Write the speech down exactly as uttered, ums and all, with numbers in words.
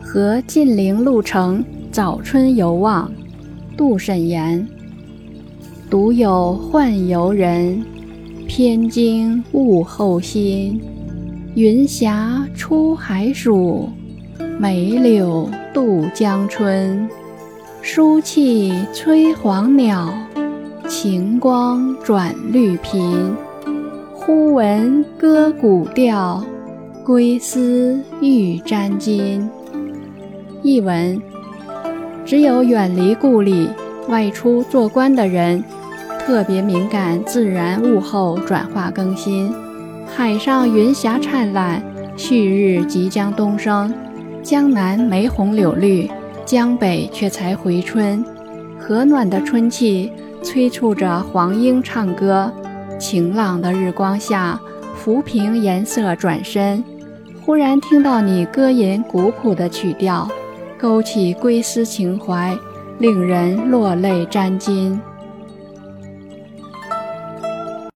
和晋陵路程早春犹望，杜审言。独有宦游人，偏经物候心。云霞出海曙，梅柳渡江春。书气催黄鸟，晴光转绿频。忽闻歌古调，归思欲沾巾。译文：只有远离故里，外出做官的人，特别敏感自然物候转化更新。海上云霞灿烂，旭日即将东升，江南梅红柳绿，江北却才回春。和暖的春气催促着黄莺唱歌，晴朗的日光下，浮萍颜色转深。忽然听到你歌吟古朴的曲调，勾起归思情怀，令人落泪沾襟。